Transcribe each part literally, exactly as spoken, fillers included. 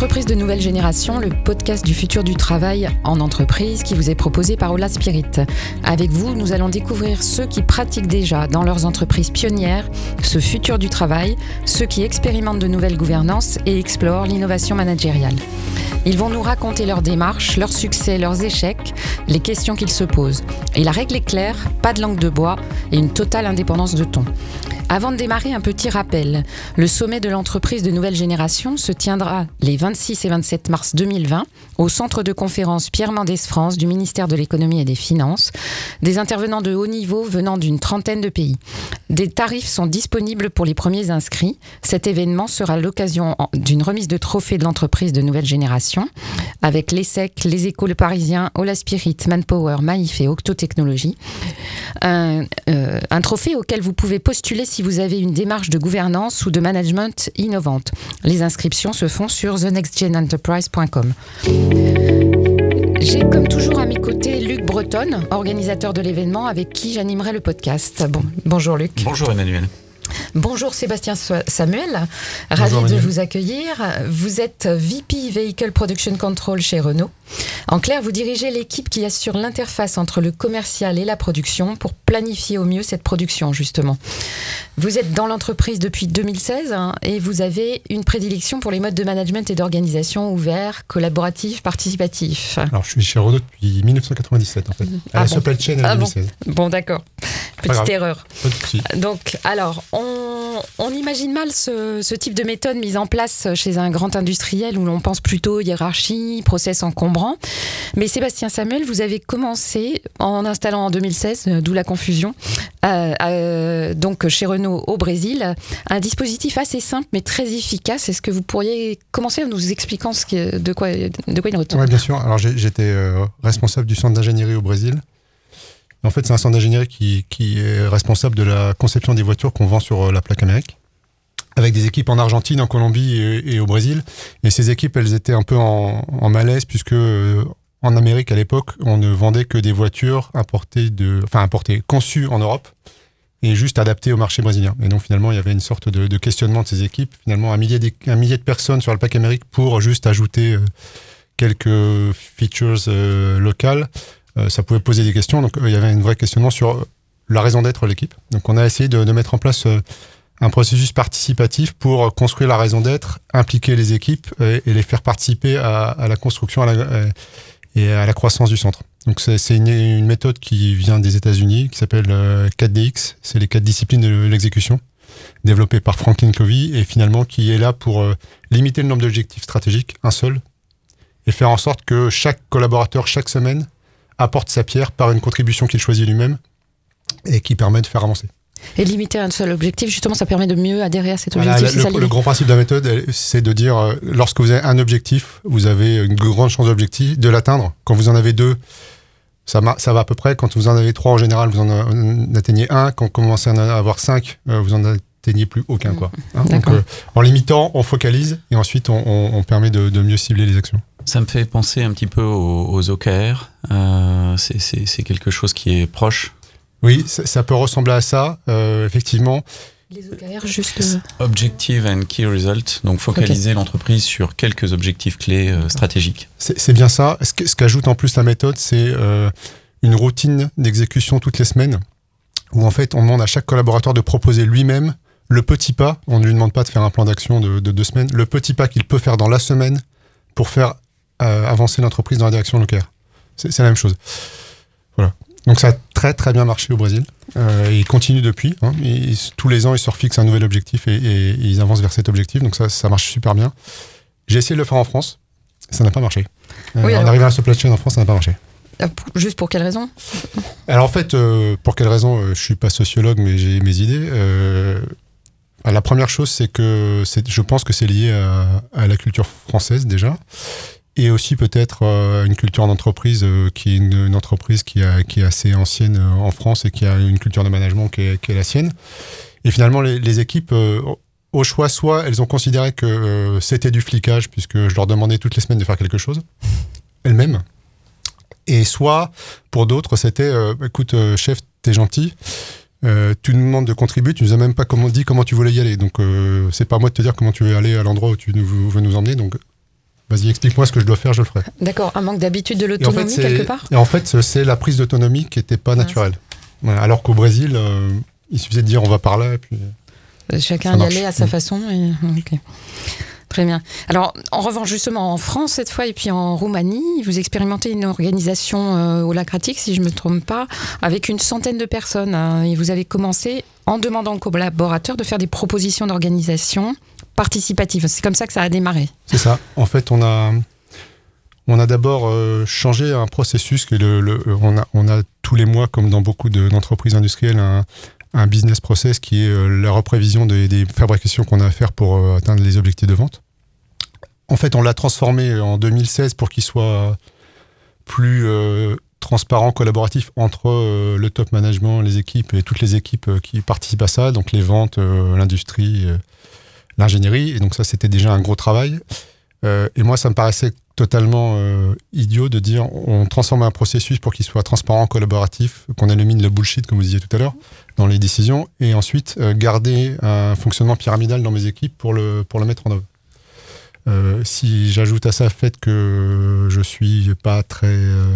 Entreprise de nouvelle génération, le podcast du futur du travail en entreprise qui vous est proposé par Ola Spirit. Avec vous, nous allons découvrir ceux qui pratiquent déjà dans leurs entreprises pionnières ce futur du travail, ceux qui expérimentent de nouvelles gouvernances et explorent l'innovation managériale. Ils vont nous raconter leurs démarches, leurs succès, leurs échecs, les questions qu'ils se posent. Et la règle est claire, pas de langue de bois et une totale indépendance de ton. Avant de démarrer, un petit rappel. Le sommet de l'entreprise de nouvelle génération se tiendra les vingt-six et vingt-sept mars deux mille vingt au centre de conférence Pierre Mendès France du ministère de l'économie et des finances. Des intervenants de haut niveau venant d'une trentaine de pays. Des tarifs sont disponibles pour les premiers inscrits. Cet événement sera l'occasion d'une remise de trophées de l'entreprise de nouvelle génération avec l'E S S E C, les Échos Le Parisien, Ola Spirit, Manpower, Maïf et Octo Technologies. Un, euh, un trophée auquel vous pouvez postuler si vous avez une démarche de gouvernance ou de management innovante. Les inscriptions se font sur the next gen enterprise point com. J'ai comme toujours à mes côtés Luc Breton, organisateur de l'événement avec qui j'animerai le podcast. Bon, bonjour Luc. Bonjour Emmanuel. Bonjour Sébastien Samuel, ravi Bonjour, de vous accueillir. Vous êtes V P Vehicle Production Control chez Renault. En clair, vous dirigez l'équipe qui assure l'interface entre le commercial et la production pour planifier au mieux cette production, justement. Vous êtes dans l'entreprise depuis deux mille seize hein, et vous avez une prédilection pour les modes de management et d'organisation ouverts, collaboratifs, participatifs. Alors, je suis chez Renault depuis dix-neuf cent quatre-vingt-dix-sept, en fait. À ah la bon. supply chain en ah deux mille seize. Bon, bon d'accord. Petite erreur. Petit. Donc, alors, on, on imagine mal ce, ce type de méthode mise en place chez un grand industriel où l'on pense plutôt hiérarchie, process encombrant. Mais Sébastien Samuel, vous avez commencé en installant en deux mille seize, d'où la confusion, euh, euh, donc chez Renault au Brésil, un dispositif assez simple mais très efficace. Est-ce que vous pourriez commencer en nous expliquant ce qui, de, quoi, de quoi il retourne ? Oui, bien sûr. Alors, j'ai, j'étais euh, responsable du centre d'ingénierie au Brésil. En fait, c'est un centre d'ingénierie qui, qui est responsable de la conception des voitures qu'on vend sur la plaque Amérique, avec des équipes en Argentine, en Colombie et, et au Brésil. Et ces équipes, elles étaient un peu en, en malaise, puisque euh, en Amérique, à l'époque, on ne vendait que des voitures importées, de, enfin importées, conçues en Europe, et juste adaptées au marché brésilien. Et donc, finalement, il y avait une sorte de, de questionnement de ces équipes. Finalement, un millier, de, un millier de personnes sur la plaque Amérique pour juste ajouter euh, quelques features euh, locales. Euh, ça pouvait poser des questions, donc euh, il y avait un vrai questionnement sur euh, la raison d'être de l'équipe. Donc on a essayé de, de mettre en place euh, un processus participatif pour euh, construire la raison d'être, impliquer les équipes euh, et les faire participer à, à la construction à la, euh, et à la croissance du centre. Donc c'est, c'est une, une méthode qui vient des États-Unis, qui s'appelle euh, quatre D X, c'est les quatre disciplines de l'exécution, développée par Franklin Covey, et finalement qui est là pour euh, limiter le nombre d'objectifs stratégiques, un seul, et faire en sorte que chaque collaborateur, chaque semaine, apporte sa pierre par une contribution qu'il choisit lui-même et qui permet de faire avancer. Et limiter un seul objectif, justement, ça permet de mieux adhérer à cet objectif. Voilà, le, le, le grand principe de la méthode, c'est de dire, euh, lorsque vous avez un objectif, vous avez une grande chance d'objectif, de l'atteindre. Quand vous en avez deux, ça, ça va à peu près. Quand vous en avez trois, en général, vous en atteignez un. Quand vous commencez à en avoir cinq, euh, vous en atteignez plus aucun. Quoi. Hein, donc, euh, en limitant, on focalise et ensuite, on, on, on permet de, de mieux cibler les actions. Ça me fait penser un petit peu aux, aux O K R. Euh, c'est, c'est, c'est quelque chose qui est proche. Oui, ça, ça peut ressembler à ça, euh, effectivement. Les O K R, juste... Objective and Key Result, donc focaliser okay. l'entreprise sur quelques objectifs clés euh, stratégiques. C'est, c'est bien ça. Ce, que, ce qu'ajoute en plus la méthode, c'est euh, une routine d'exécution toutes les semaines, où en fait, on demande à chaque collaborateur de proposer lui-même le petit pas. On ne lui demande pas de faire un plan d'action de, de deux semaines. Le petit pas qu'il peut faire dans la semaine pour faire euh, avancer l'entreprise dans la direction de l'O K R. C'est, c'est la même chose. Voilà. Donc ça a très très bien marché au Brésil. Euh, et il continue depuis. Hein, et, tous les ans, ils se refixent un nouvel objectif et, et, et ils avancent vers cet objectif. Donc ça, ça marche super bien. J'ai essayé de le faire en France. Ça n'a pas marché. Euh, oui, alors... On arrive à la supply chain en France, ça n'a pas marché. Juste pour quelle raison ? Alors en fait, euh, pour quelle raison ? euh, Je ne suis pas sociologue, mais j'ai mes idées. Euh, la première chose, c'est que c'est, je pense que c'est lié à, à la culture française déjà. Et aussi peut-être euh, une culture d'entreprise euh, qui est une, une entreprise qui, a, qui est assez ancienne euh, en France et qui a une culture de management qui est, qui est la sienne. Et finalement, les, les équipes, euh, au choix, soit elles ont considéré que euh, c'était du flicage, puisque je leur demandais toutes les semaines de faire quelque chose, elles-mêmes. Et soit, pour d'autres, c'était euh, « Écoute, euh, chef, t'es gentil, euh, tu nous demandes de contribuer, tu nous as même pas comment, dit comment tu voulais y aller. Donc, euh, c'est pas à moi de te dire comment tu veux aller à l'endroit où tu nous, veux nous emmener. Donc, vas-y, explique-moi ce que je dois faire, je le ferai. D'accord, un manque d'habitude de l'autonomie, et en fait, quelque part. Et en fait, c'est la prise d'autonomie qui n'était pas naturelle. Voilà, alors qu'au Brésil, euh, il suffisait de dire on va par là, et puis... Chacun y allait à sa façon. Et... Okay. Très bien. Alors, en revanche, justement, en France, cette fois, et puis en Roumanie, vous expérimentez une organisation euh, holacratique, si je ne me trompe pas, avec une centaine de personnes. Hein, et vous avez commencé en demandant aux collaborateurs de faire des propositions d'organisation participative. C'est comme ça que ça a démarré. C'est ça. En fait, on a, on a d'abord euh, changé un processus. Que le, le, on, a, on a tous les mois, comme dans beaucoup de, d'entreprises industrielles, un, un business process qui est euh, la reprévision des, des fabrications qu'on a à faire pour euh, atteindre les objectifs de vente. En fait, on l'a transformé en deux mille seize pour qu'il soit plus euh, transparent, collaboratif entre euh, le top management, les équipes et toutes les équipes euh, qui participent à ça, donc les ventes, euh, l'industrie, euh, l'ingénierie. Et donc ça, c'était déjà un gros travail. Euh, et moi, ça me paraissait totalement euh, idiot de dire on transforme un processus pour qu'il soit transparent, collaboratif, qu'on élimine le bullshit, comme vous disiez tout à l'heure, dans les décisions, et ensuite euh, garder un fonctionnement pyramidal dans mes équipes pour le, pour le mettre en œuvre. Euh, si j'ajoute à ça le fait que je suis pas très euh,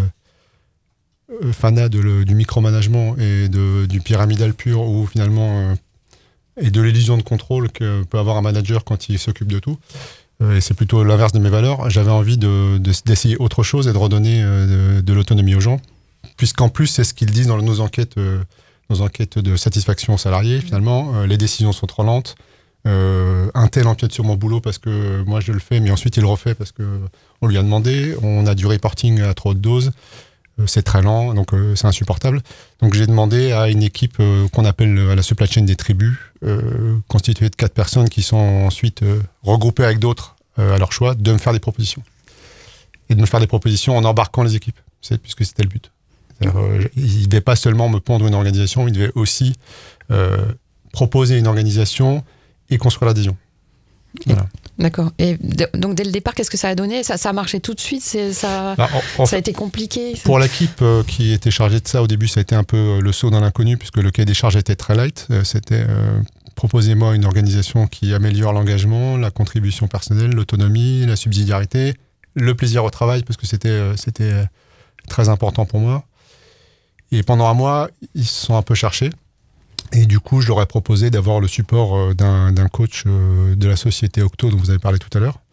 fanat de le, du micromanagement et de, du pyramidal pur, ou finalement euh, et de l'illusion de contrôle que peut avoir un manager quand il s'occupe de tout, euh, et c'est plutôt l'inverse de mes valeurs, j'avais envie de, de, d'essayer autre chose et de redonner euh, de, de l'autonomie aux gens, puisqu'en plus c'est ce qu'ils disent dans nos enquêtes, euh, nos enquêtes de satisfaction salariée. Finalement, euh, les décisions sont trop lentes. Euh, un tel empiète sur mon boulot parce que moi je le fais, mais ensuite il le refait parce qu'on lui a demandé. On a du reporting à trop de doses, euh, c'est très lent, donc euh, c'est insupportable. Donc j'ai demandé à une équipe euh, qu'on appelle à la supply chain des tribus, euh, constituée de quatre personnes qui sont ensuite euh, regroupées avec d'autres euh, à leur choix, de me faire des propositions. Et de me faire des propositions en embarquant les équipes, c'est, puisque c'était le but. Euh, il ne devait pas seulement me pondre une organisation, il devait aussi euh, proposer une organisation et construire l'adhésion. Voilà. D'accord. Et de, donc dès le départ, qu'est-ce que ça a donné ? ça, ça a marché tout de suite c'est, ça, bah, en, en ça a été compliqué Pour l'équipe euh, qui était chargée de ça, au début, ça a été un peu euh, le saut dans l'inconnu, puisque le cahier des charges était très light. Euh, c'était euh, proposez-moi une organisation qui améliore l'engagement, la contribution personnelle, l'autonomie, la subsidiarité, le plaisir au travail, parce que c'était, euh, c'était euh, très important pour moi. Et pendant un mois, ils se sont un peu cherchés. Et du coup, je leur ai proposé d'avoir le support d'un, d'un coach de la société Octo, dont vous avez parlé tout à l'heure.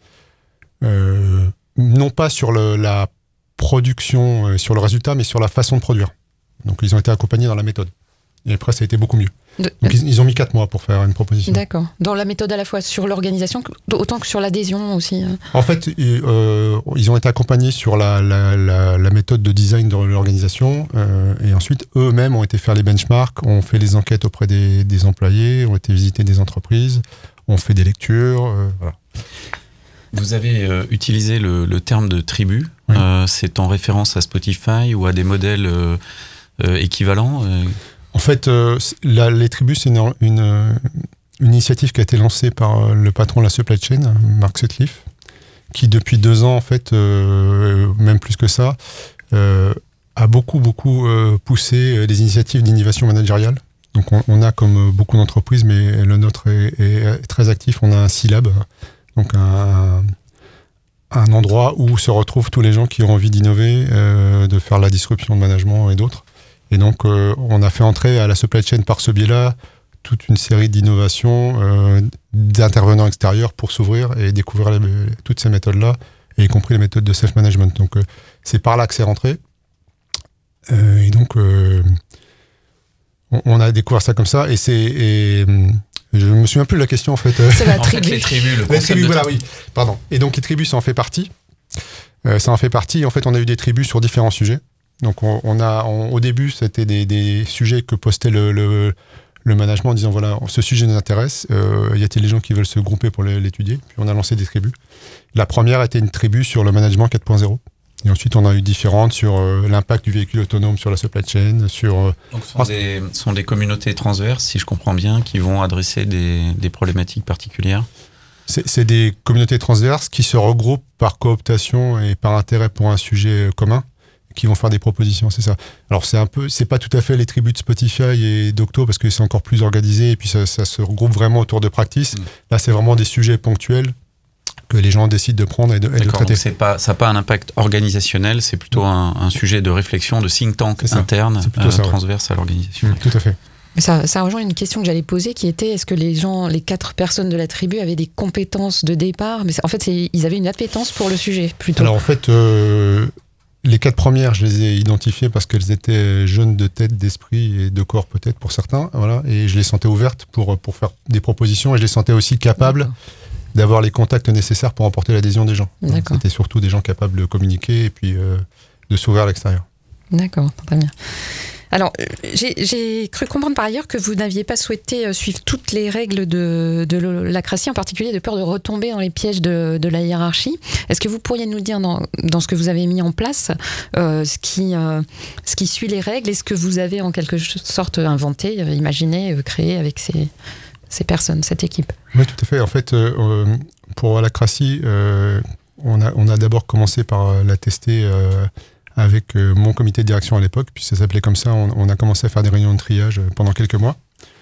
Euh, non pas sur le, la production, sur le résultat, mais sur la façon de produire. Donc, ils ont été accompagnés dans la méthode. Et après, ça a été beaucoup mieux. De... Donc, ils, ils ont mis quatre mois pour faire une proposition. D'accord. Dans la méthode à la fois sur l'organisation, autant que sur l'adhésion aussi. En fait, euh, ils ont été accompagnés sur la, la, la, la méthode de design de l'organisation. Euh, et ensuite, eux-mêmes ont été faire les benchmarks, ont fait les enquêtes auprès des, des employés, ont été visiter des entreprises, ont fait des lectures. Euh, voilà. Vous avez euh, utilisé le, le terme de tribu. Oui. Euh, c'est en référence à Spotify ou à des modèles euh, euh, équivalents euh... En fait, euh, la, les tribus, c'est une, une, une initiative qui a été lancée par le patron de la supply chain, Mark Sutcliffe, qui depuis deux ans, en fait, euh, même plus que ça, euh, a beaucoup, beaucoup euh, poussé des initiatives d'innovation managériale. Donc on, on a, comme beaucoup d'entreprises, mais le nôtre est, est très actif, on a un C-Lab, donc un, un endroit où se retrouvent tous les gens qui ont envie d'innover, euh, de faire la disruption de management et d'autres. Et donc, euh, on a fait entrer à la supply chain par ce biais-là toute une série d'innovations, euh, d'intervenants extérieurs pour s'ouvrir et découvrir les, toutes ces méthodes-là, et y compris les méthodes de self-management. Donc, euh, c'est par là que c'est rentré. Euh, et donc, euh, on, on a découvert ça comme ça. Et c'est... Et, je me souviens plus de la question, en fait. C'est la tribu. En fait, les tribus, le les tribus, voilà, oui. Pardon. Et donc, les tribus, ça en fait partie. Euh, ça en fait partie. En fait, on a eu des tribus sur différents sujets. Donc on, on a, on, au début, c'était des, des sujets que postait le, le, le management en disant voilà, ce sujet nous intéresse, euh, y a-t-il des gens qui veulent se grouper pour l'étudier ? Puis on a lancé des tribus. La première était une tribu sur le management quatre point zéro. Et ensuite, on a eu différentes sur euh, l'impact du véhicule autonome sur la supply chain, sur... Euh, Donc ce sont, des, sont des communautés transverses, si je comprends bien, qui vont adresser des, des problématiques particulières. C'est, c'est des communautés transverses qui se regroupent par cooptation et par intérêt pour un sujet commun, qui vont faire des propositions, c'est ça. Alors c'est un peu, c'est pas tout à fait les tribus de Spotify et d'Octo parce que c'est encore plus organisé et puis ça, ça se regroupe vraiment autour de practice. Mmh. Là, c'est vraiment des sujets ponctuels que les gens décident de prendre et de, et de traiter. Donc c'est pas, ça n'a pas un impact organisationnel, c'est plutôt un, un sujet de réflexion, de think tank interne, euh, ça, transverse ouais. à l'organisation. Mmh, tout à fait. Ça, ça rejoint une question que j'allais poser qui était est-ce que les gens, les quatre personnes de la tribu avaient des compétences de départ? Mais en fait, c'est, ils avaient une appétence pour le sujet plutôt. Alors en fait, euh, les quatre premières, je les ai identifiées parce qu'elles étaient jeunes de tête, d'esprit et de corps peut-être pour certains. Voilà, et je les sentais ouvertes pour, pour faire des propositions et je les sentais aussi capables D'accord. d'avoir les contacts nécessaires pour emporter l'adhésion des gens. Donc, c'était surtout des gens capables de communiquer et puis euh, de s'ouvrir à l'extérieur. D'accord, très bien. Alors, j'ai, j'ai cru comprendre par ailleurs que vous n'aviez pas souhaité suivre toutes les règles de, de l'Acracy, en particulier de peur de retomber dans les pièges de, de la hiérarchie. Est-ce que vous pourriez nous dire dans, dans ce que vous avez mis en place, euh, ce, qui, euh, ce qui suit les règles et ce que vous avez en quelque sorte inventé, imaginé, créé avec ces, ces personnes, cette équipe? Oui, tout à fait. En fait, euh, pour l'Acracy, euh, on, a, on a d'abord commencé par la tester euh, avec euh, mon comité de direction à l'époque, puis ça s'appelait comme ça, on, on a commencé à faire des réunions de triage pendant quelques mois.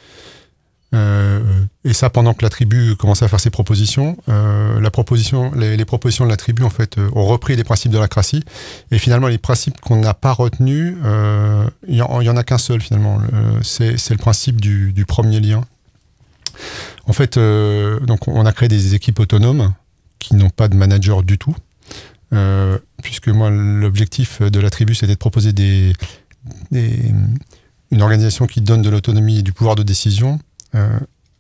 Euh, et ça pendant que la tribu commençait à faire ses propositions. Euh, la proposition les, les propositions de la tribu en fait, euh, ont repris les principes de l'Acracy. Et finalement, les principes qu'on n'a pas retenus, il euh, n'y en, en a qu'un seul finalement. Euh, c'est, c'est le principe du, du premier lien. En fait, euh, donc on a créé des équipes autonomes qui n'ont pas de manager du tout. Euh, puisque moi, l'objectif de la tribu, c'était de proposer des, des, une organisation qui donne de l'autonomie et du pouvoir de décision. Euh,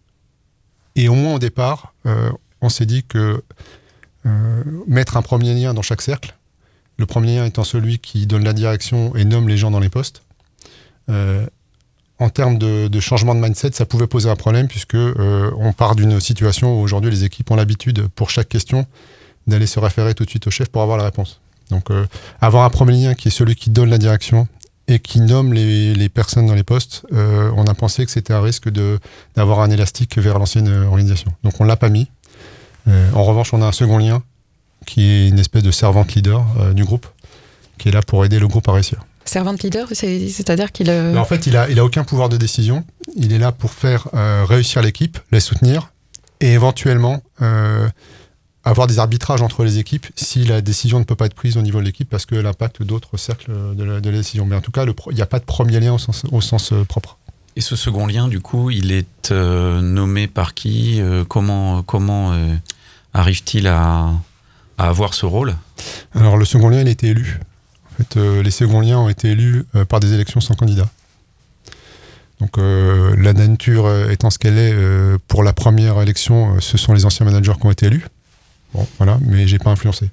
et au moins au départ, euh, on s'est dit que euh, mettre un premier lien dans chaque cercle, le premier lien étant celui qui donne la direction et nomme les gens dans les postes, euh, en termes de, de changement de mindset, ça pouvait poser un problème, puisque euh, on part d'une situation où aujourd'hui les équipes ont l'habitude, pour chaque question, d'aller se référer tout de suite au chef pour avoir la réponse. Donc euh, avoir un premier lien qui est celui qui donne la direction et qui nomme les, les personnes dans les postes, euh, on a pensé que c'était un risque de, d'avoir un élastique vers l'ancienne organisation. Donc on ne l'a pas mis. Euh, en revanche, on a un second lien qui est une espèce de servante leader euh, du groupe, qui est là pour aider le groupe à réussir. Servante leader, c'est, c'est-à-dire qu'il... Euh... En fait, il n'a il a aucun pouvoir de décision. Il est là pour faire euh, réussir l'équipe, les soutenir et éventuellement... Euh, avoir des arbitrages entre les équipes si la décision ne peut pas être prise au niveau de l'équipe parce qu'elle impacte d'autres cercles de la, de la décision. Mais en tout cas, il n'y a pas de premier lien au sens, au sens euh, propre. Et ce second lien, du coup, il est euh, nommé par qui euh, Comment, comment euh, arrive-t-il à, à avoir ce rôle? Alors, le second lien, il a été élu. En fait, euh, les seconds liens ont été élus euh, par des élections sans candidat. Donc, euh, la nature étant ce qu'elle est, euh, pour la première élection, euh, ce sont les anciens managers qui ont été élus. Bon, voilà, mais j'ai pas influencé.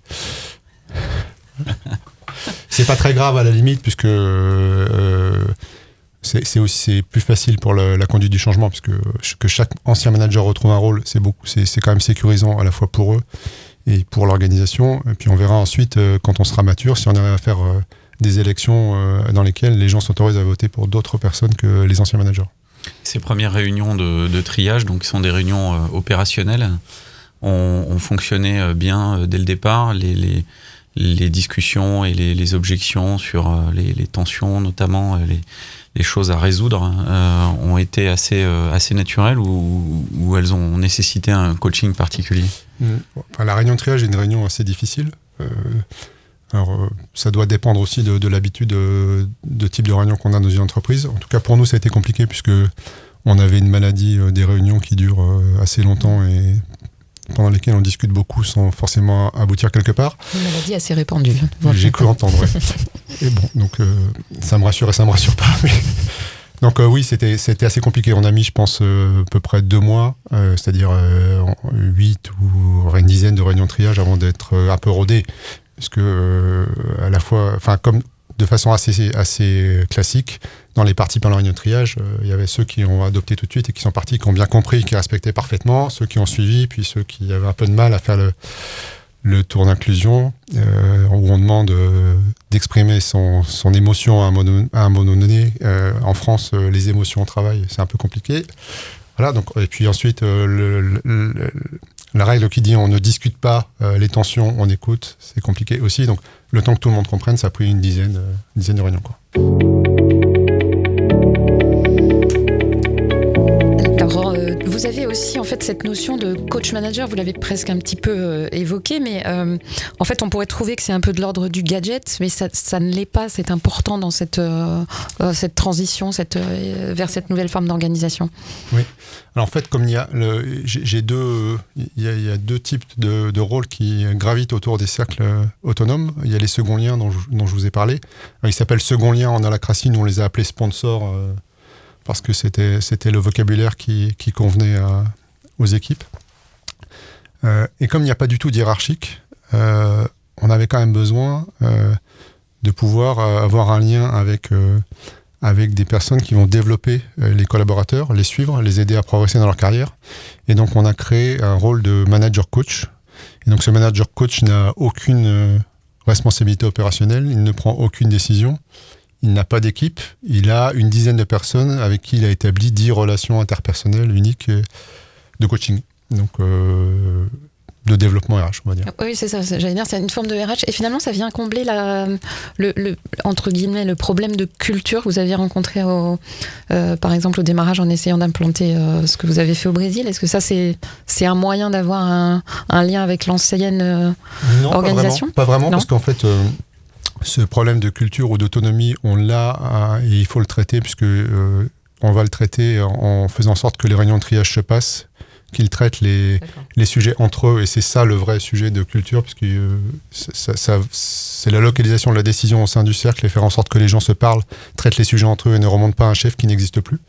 C'est pas très grave à la limite, puisque euh, c'est, c'est aussi c'est plus facile pour la, la conduite du changement, puisque que chaque ancien manager retrouve un rôle, c'est beaucoup, c'est, c'est quand même sécurisant à la fois pour eux et pour l'organisation. Et puis on verra ensuite, euh, quand on sera mature, si on arrive à faire euh, des élections euh, dans lesquelles les gens s'autorisent à voter pour d'autres personnes que les anciens managers. Ces premières réunions de, de triage, donc, qui sont des réunions euh, opérationnelles, ont, ont fonctionné bien dès le départ. Les, les, les discussions et les, les objections sur les, les tensions, notamment les, les choses à résoudre, euh, ont été assez, euh, assez naturelles ou, ou elles ont nécessité un coaching particulier? Mmh. Enfin, la réunion de triage est une réunion assez difficile. Euh, alors, euh, ça doit dépendre aussi de, de l'habitude de, de type de réunion qu'on a dans une entreprise. En tout cas, pour nous, ça a été compliqué puisque on avait une maladie euh, des réunions qui durent euh, assez longtemps et pendant lesquelles on discute beaucoup sans forcément aboutir quelque part. Une maladie assez répandue. J'ai cru entendre, ouais. Et bon, donc euh, ça me rassure et ça me rassure pas. Mais... Donc euh, oui, c'était, c'était assez compliqué. On a mis, je pense, euh, à peu près deux mois, euh, c'est-à-dire euh, huit ou une dizaine de réunions de triage avant d'être euh, un peu rodé. Parce que, euh, à la fois, enfin, comme de façon assez, assez classique, dans les participants à la réunion de triage, il euh, y avait ceux qui ont adopté tout de suite et qui sont partis, qui ont bien compris, qui respectaient parfaitement, ceux qui ont suivi, puis ceux qui avaient un peu de mal à faire le, le tour d'inclusion, euh, où on demande euh, d'exprimer son, son émotion à un moment, à un moment donné. Euh, en France, euh, les émotions au travail, c'est un peu compliqué. Voilà, donc, et puis ensuite, euh, le, le, le, la règle qui dit on ne discute pas euh, les tensions, on écoute, c'est compliqué aussi. Donc, le temps que tout le monde comprenne, ça a pris une dizaine, euh, une dizaine de réunions, quoi. Alors, euh, vous vous avez aussi en fait cette notion de coach manager, vous l'avez presque un petit peu euh, évoqué, mais euh, en fait on pourrait trouver que c'est un peu de l'ordre du gadget, mais ça, ça ne l'est pas, c'est important dans cette, euh, cette transition cette, euh, vers cette nouvelle forme d'organisation. Oui, alors en fait comme il y a, le, j'ai, j'ai deux, il y a, il y a deux types de, de rôles qui gravitent autour des cercles autonomes. Il y a les seconds liens dont je, dont je vous ai parlé, ils s'appellent seconds liens en holacratie, nous on les a appelés sponsors, euh, parce que c'était, c'était le vocabulaire qui, qui convenait à, aux équipes. Euh, et comme il n'y a pas du tout d'hiérarchique, euh, on avait quand même besoin euh, de pouvoir euh, avoir un lien avec, euh, avec des personnes qui vont développer euh, les collaborateurs, les suivre, les aider à progresser dans leur carrière. Et donc on a créé un rôle de manager-coach. Et donc ce manager-coach n'a aucune euh, responsabilité opérationnelle, il ne prend aucune décision. Il n'a pas d'équipe, il a une dizaine de personnes avec qui il a établi dix relations interpersonnelles uniques de coaching, donc euh, de développement R H, on va dire. Oui, c'est ça, c'est, j'allais dire, c'est une forme de R H, et finalement ça vient combler la, le, le, entre guillemets, le problème de culture que vous aviez rencontré, au, euh, par exemple, au démarrage en essayant d'implanter euh, ce que vous avez fait au Brésil. Est-ce que ça, c'est, c'est un moyen d'avoir un, un lien avec l'ancienne euh, non, organisation ? Non, pas vraiment, pas vraiment non parce qu'en fait... Euh, ce problème de culture ou d'autonomie, on l'a et il faut le traiter puisque euh, on va le traiter en, en faisant en sorte que les réunions de triage se passent, qu'ils traitent les, les sujets entre eux, et c'est ça le vrai sujet de culture, puisque euh, ça, ça, c'est la localisation de la décision au sein du cercle et faire en sorte que les gens se parlent, traitent les sujets entre eux et ne remontent pas à un chef qui n'existe plus.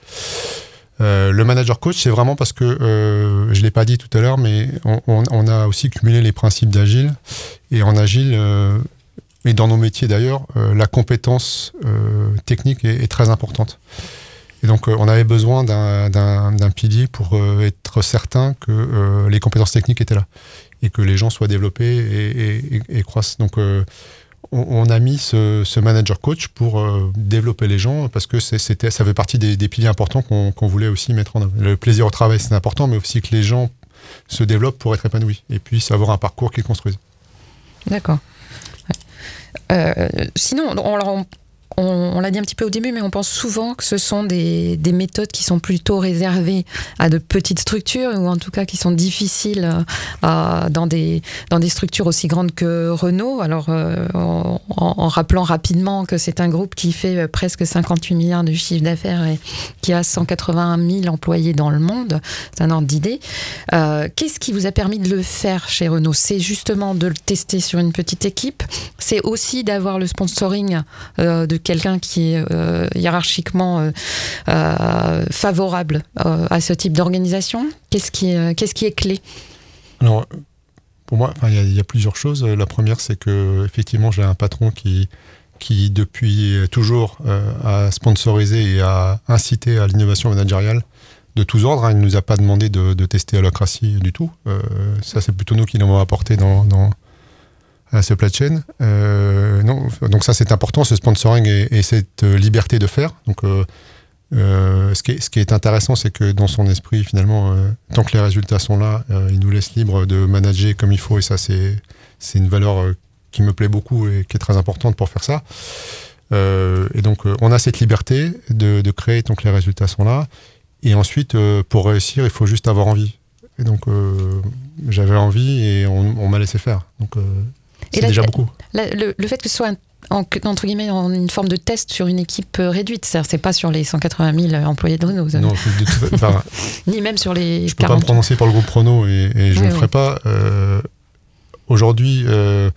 Euh, le manager coach, c'est vraiment parce que, euh, je ne l'ai pas dit tout à l'heure, mais on, on, on a aussi cumulé les principes d'Agile, et en Agile... Euh, et dans nos métiers d'ailleurs, euh, la compétence euh, technique est, est très importante. Et donc euh, on avait besoin d'un, d'un, d'un pilier pour euh, être certain que euh, les compétences techniques étaient là et que les gens soient développés et, et, et, et croissent. Donc euh, on, on a mis ce, ce manager coach pour euh, développer les gens parce que c'est, c'était, ça fait partie des, des piliers importants qu'on, qu'on voulait aussi mettre en œuvre. Le plaisir au travail, c'est important, mais aussi que les gens se développent pour être épanouis et puissent avoir un parcours qu'ils construisent. D'accord. Euh, sinon, on, on, on, on l'a dit un petit peu au début, mais on pense souvent que ce sont des, des méthodes qui sont plutôt réservées à de petites structures, ou en tout cas qui sont difficiles euh, dans, des, dans des structures aussi grandes que Renault. Alors, euh, en, en rappelant rapidement que c'est un groupe qui fait presque cinquante-huit milliards de chiffre d'affaires et qui a cent quatre-vingt mille employés dans le monde, c'est un ordre d'idée. Euh, qu'est-ce qui vous a permis de le faire chez Renault ? C'est justement de le tester sur une petite équipe, c'est aussi d'avoir le sponsoring euh, de quelqu'un qui est euh, hiérarchiquement euh, euh, favorable euh, à ce type d'organisation. Qu'est-ce qui, euh, qu'est-ce qui est clé ? Alors, pour moi, il y, y a plusieurs choses. La première, c'est que effectivement, j'ai un patron qui, qui depuis toujours, euh, a sponsorisé et a incité à l'innovation managériale de tous ordres. Hein. Il ne nous a pas demandé de, de tester holacratie du tout. Euh, ça, c'est plutôt nous qui l'avons apporté dans... dans à ce supply chain. Euh, non, donc ça c'est important, ce sponsoring et, et cette liberté de faire. Donc euh, euh, ce, qui est, ce qui est intéressant, c'est que dans son esprit, finalement, euh, tant que les résultats sont là, euh, il nous laisse libre de manager comme il faut, et ça c'est, c'est une valeur euh, qui me plaît beaucoup et qui est très importante pour faire ça. Euh, et donc euh, on a cette liberté de, de créer tant que les résultats sont là. Et ensuite, euh, pour réussir, il faut juste avoir envie. Et donc euh, j'avais envie et on, on m'a laissé faire. Donc euh, c'est et là, déjà beaucoup. La, le, le fait que ce soit, en, entre guillemets, en une forme de test sur une équipe réduite, c'est-à-dire c'est pas sur les cent quatre-vingt mille employés de Renault. Non, de tout, enfin, ni même sur les je peux quarante. pas me prononcer pour le groupe Renault et, et je ne oui, le ferai oui. pas. Euh, aujourd'hui, euh,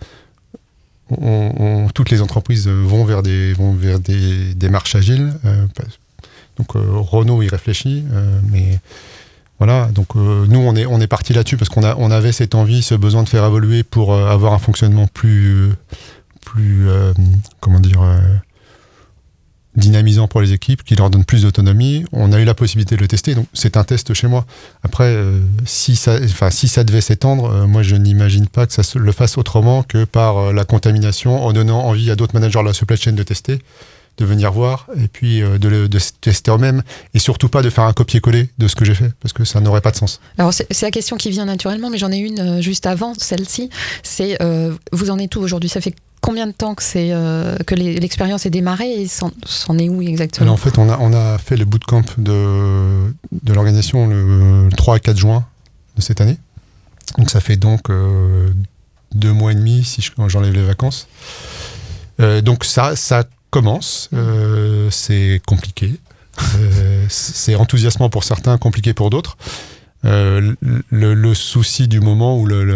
on, on, toutes les entreprises vont vers des, vont vers des démarches agiles. Euh, donc euh, Renault y réfléchit, euh, mais... Voilà, donc euh, nous on est, on est parti là-dessus parce qu'on a, on avait cette envie, ce besoin de faire évoluer pour euh, avoir un fonctionnement plus, plus euh, comment dire, euh, dynamisant pour les équipes, qui leur donne plus d'autonomie. On a eu la possibilité de le tester, donc c'est un test chez moi. Après, euh, si, ça, enfin, si ça devait s'étendre, euh, moi je n'imagine pas que ça se, le fasse autrement que par euh, la contamination, en donnant envie à d'autres managers de la supply chain de tester, de venir voir et puis euh, de, le, de tester eux-mêmes et surtout pas de faire un copier-coller de ce que j'ai fait parce que ça n'aurait pas de sens. Alors c'est, c'est la question qui vient naturellement, mais j'en ai une euh, juste avant celle-ci. C'est euh, vous en êtes où aujourd'hui ? Ça fait combien de temps que, c'est, euh, que les, l'expérience est démarrée et c'en, c'en est où exactement? Alors, en fait, on a, on a fait le bootcamp de, de l'organisation le trois à quatre juin de cette année. Donc ça fait donc euh, deux mois et demi si je, j'enlève les vacances. Euh, donc ça, ça commence, euh, c'est compliqué. Euh, c'est enthousiasmant pour certains, compliqué pour d'autres. Euh, le, le souci du moment ou le, le,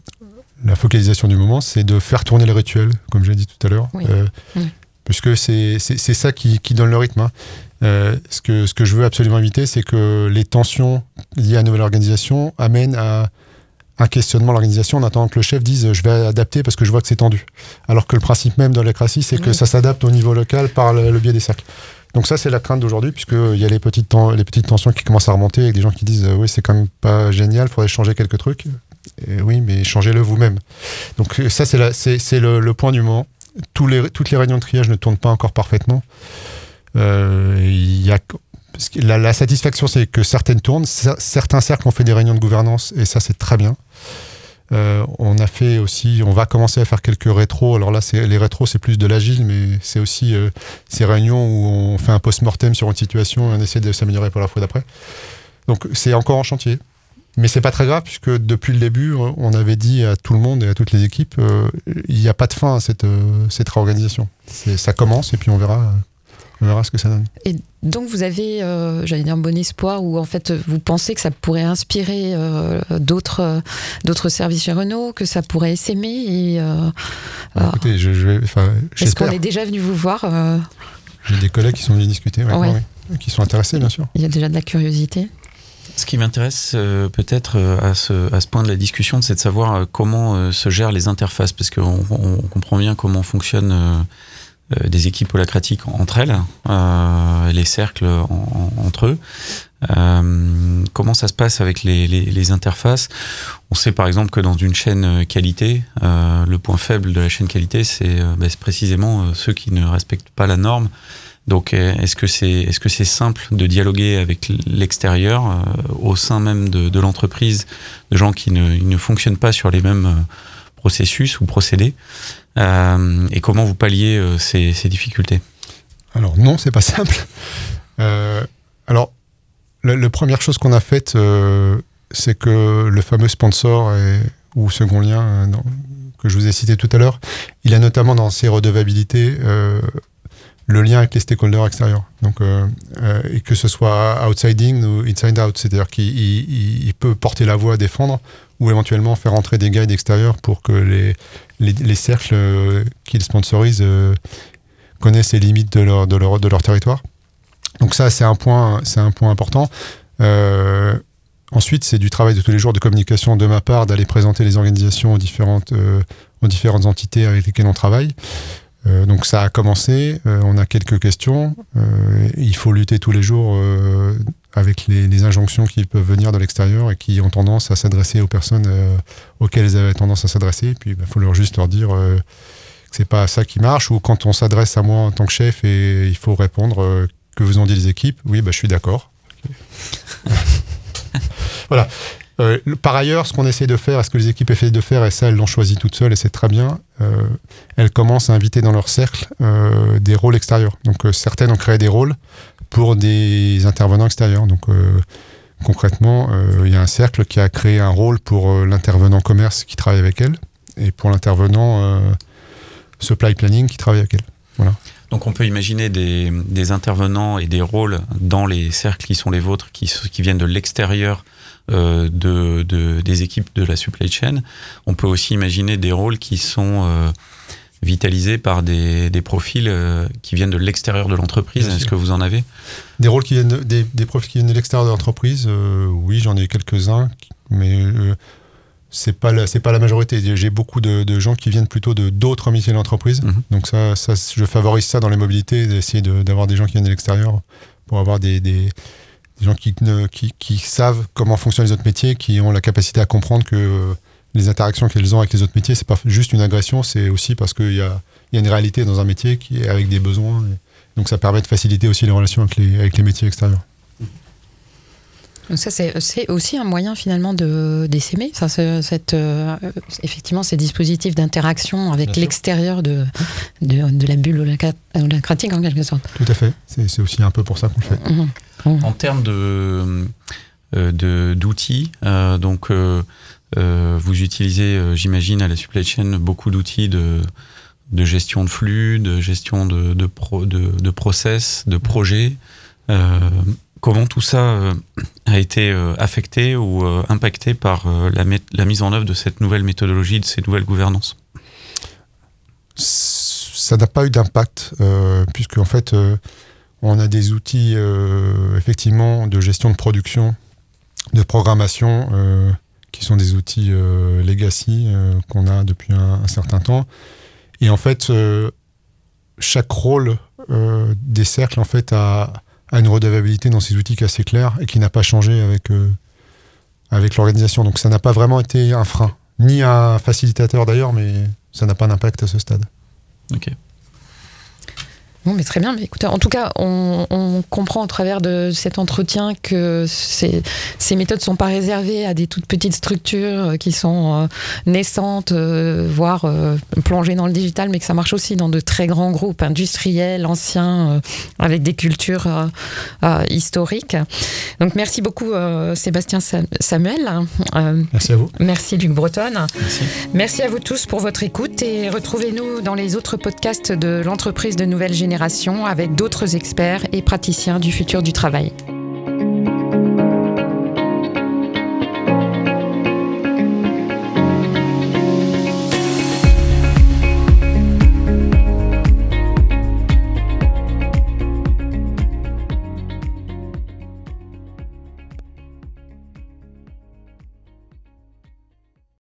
la focalisation du moment, c'est de faire tourner le rituel, comme j'ai dit tout à l'heure, oui. euh, oui. puisque c'est, c'est, c'est ça qui, qui donne le rythme. Hein. Euh, ce, que, ce que je veux absolument éviter, c'est que les tensions liées à la nouvelle organisation amènent à un questionnement de l'organisation en attendant que le chef dise je vais adapter parce que je vois que c'est tendu. Alors que le principe même de l'holacratie, c'est oui. que ça s'adapte au niveau local par le, le biais des cercles. Donc ça, c'est la crainte d'aujourd'hui, puisqu'il y a les petites, ten- les petites tensions qui commencent à remonter avec des gens qui disent euh, oui, c'est quand même pas génial, il faudrait changer quelques trucs. Et oui, mais changez-le vous-même. Donc ça, c'est, la, c'est, c'est le, le point du moment. Tous les, toutes les réunions de triage ne tournent pas encore parfaitement. Euh, y a, la, la satisfaction, c'est que certaines tournent. Certains cercles ont fait des réunions de gouvernance, et ça, c'est très bien. Euh, on a fait aussi, on va commencer à faire quelques rétros. Alors là, c'est, les rétros, c'est plus de l'agile, mais c'est aussi euh, ces réunions où on fait un post-mortem sur une situation et on essaie de s'améliorer pour la fois d'après. Donc c'est encore en chantier, mais c'est pas très grave puisque depuis le début, on avait dit à tout le monde et à toutes les équipes, euh, il n'y a pas de fin à cette, euh, cette réorganisation. C'est, ça commence et puis on verra. On verra ce que ça donne. Et donc vous avez, euh, j'allais dire, un bon espoir, ou en fait vous pensez que ça pourrait inspirer euh, d'autres, euh, d'autres services chez Renault, que ça pourrait essaimer et, euh, bah, écoutez, je, je vais, enfin, est-ce j'espère. qu'on est déjà venu vous voir euh... J'ai des collègues qui sont venus discuter, ouais, ouais. Ouais, qui sont intéressés bien sûr. Il y a déjà de la curiosité. Ce qui m'intéresse euh, peut-être euh, à, ce, à ce point de la discussion, c'est de savoir euh, comment euh, se gèrent les interfaces, parce qu'on on comprend bien comment fonctionnent euh, Euh, des équipes holacratiques entre elles, euh, les cercles en, en, entre eux. Euh, comment ça se passe avec les, les, les interfaces? On sait par exemple que dans une chaîne qualité, euh, le point faible de la chaîne qualité, c'est, euh, bah, c'est précisément euh, ceux qui ne respectent pas la norme. Donc est-ce que c'est, est-ce que c'est simple de dialoguer avec l'extérieur, euh, au sein même de, de l'entreprise, de gens qui ne, ne fonctionnent pas sur les mêmes euh, processus ou procédés? Euh, et comment vous palliez euh, ces, ces difficultés? Alors non, c'est pas simple. Euh, alors, la, la première chose qu'on a faite, euh, c'est que le fameux sponsor et, ou second lien euh, dans, que je vous ai cité tout à l'heure, il a notamment dans ses redevabilités euh, le lien avec les stakeholders extérieurs. Donc, euh, euh, et que ce soit outsiding ou inside out, c'est-à-dire qu'il il, il peut porter la voix à défendre ou éventuellement faire entrer des guides extérieurs pour que les, les, les cercles euh, qu'ils sponsorisent euh, connaissent les limites de leur, de, leur, de leur territoire. Donc ça, c'est un point, c'est un point important. Euh, ensuite, c'est du travail de tous les jours de communication de ma part, d'aller présenter les organisations aux différentes, euh, aux différentes entités avec lesquelles on travaille. Euh, donc ça a commencé, euh, on a quelques questions, euh, il faut lutter tous les jours euh, avec les, les injonctions qui peuvent venir de l'extérieur et qui ont tendance à s'adresser aux personnes euh, auxquelles elles avaient tendance à s'adresser, et puis il bah, faut leur juste leur dire euh, que c'est pas ça qui marche, ou quand on s'adresse à moi en tant que chef et il faut répondre euh, que vous ont dit les équipes, oui bah je suis d'accord. Voilà. Euh, par ailleurs, ce qu'on essaie de faire, ce que les équipes essaient de faire, et ça elles l'ont choisi toutes seules et c'est très bien, euh, elles commencent à inviter dans leur cercle euh, des rôles extérieurs. Donc euh, certaines ont créé des rôles pour des intervenants extérieurs. Donc euh, concrètement, il euh, y a un cercle qui a créé un rôle pour euh, l'intervenant commerce qui travaille avec elle et pour l'intervenant euh, supply planning qui travaille avec elle. Voilà. Donc on peut imaginer des, des intervenants et des rôles dans les cercles qui sont les vôtres, qui, qui viennent de l'extérieur euh, de, de, des équipes de la supply chain. On peut aussi imaginer des rôles qui sont euh, vitalisés par des, des profils euh, qui viennent de l'extérieur de l'entreprise. Bien Est-ce sûr. Que vous en avez? Des rôles qui viennent de, des, des profils qui viennent de l'extérieur de l'entreprise, euh, oui, j'en ai quelques-uns, mais euh, c'est pas la, c'est pas la majorité. J'ai beaucoup de, de gens qui viennent plutôt de d'autres métiers de l'entreprise. Mmh. Donc ça, ça, je favorise ça dans les mobilités, d'essayer de, d'avoir des gens qui viennent de l'extérieur pour avoir des, des, des gens qui, ne, qui, qui savent comment fonctionnent les autres métiers, qui ont la capacité à comprendre que euh, les interactions qu'ils ont avec les autres métiers, c'est pas juste une agression, c'est aussi parce qu'il y a, y a une réalité dans un métier qui est avec des besoins. Et donc ça permet de faciliter aussi les relations avec les, avec les métiers extérieurs. Donc ça, c'est, c'est aussi un moyen finalement de, d'essaimer, ça, c'est, cette, euh, effectivement, ces dispositifs d'interaction avec Bien l'extérieur de, de, de la bulle holacratique en quelque sorte. Tout à fait, c'est, c'est aussi un peu pour ça qu'on le fait. Mmh. Mmh. En termes de, euh, de, d'outils, euh, donc euh, euh, vous utilisez, euh, j'imagine, à la supply chain beaucoup d'outils de, de gestion de flux, de gestion de, de, pro, de, de process, de projets. Euh, Comment tout ça euh, a été euh, affecté ou euh, impacté par euh, la, met- la mise en œuvre de cette nouvelle méthodologie, de ces nouvelles gouvernances ? Ça n'a pas eu d'impact, euh, puisque en fait, euh, on a des outils euh, effectivement de gestion de production, de programmation, euh, qui sont des outils euh, legacy euh, qu'on a depuis un, un certain temps. Et en fait, euh, chaque rôle euh, des cercles en fait a à une redevabilité dans ces outils qui est assez claire et qui n'a pas changé avec, euh, avec l'organisation. Donc ça n'a pas vraiment été un frein, ni un facilitateur d'ailleurs, mais ça n'a pas d'impact à ce stade. Ok. Bon, mais très bien. Mais écoutez, en tout cas, on, on comprend au travers de cet entretien que ces, ces méthodes ne sont pas réservées à des toutes petites structures qui sont euh, naissantes, euh, voire euh, plongées dans le digital, mais que ça marche aussi dans de très grands groupes industriels, anciens, euh, avec des cultures euh, euh, historiques. Donc, merci beaucoup, euh, Sébastien Samuel. Euh, merci à vous. Merci, Luc Breton. Merci. Merci à vous tous pour votre écoute et retrouvez-nous dans les autres podcasts de l'entreprise de nouvelle génération avec d'autres experts et praticiens du futur du travail.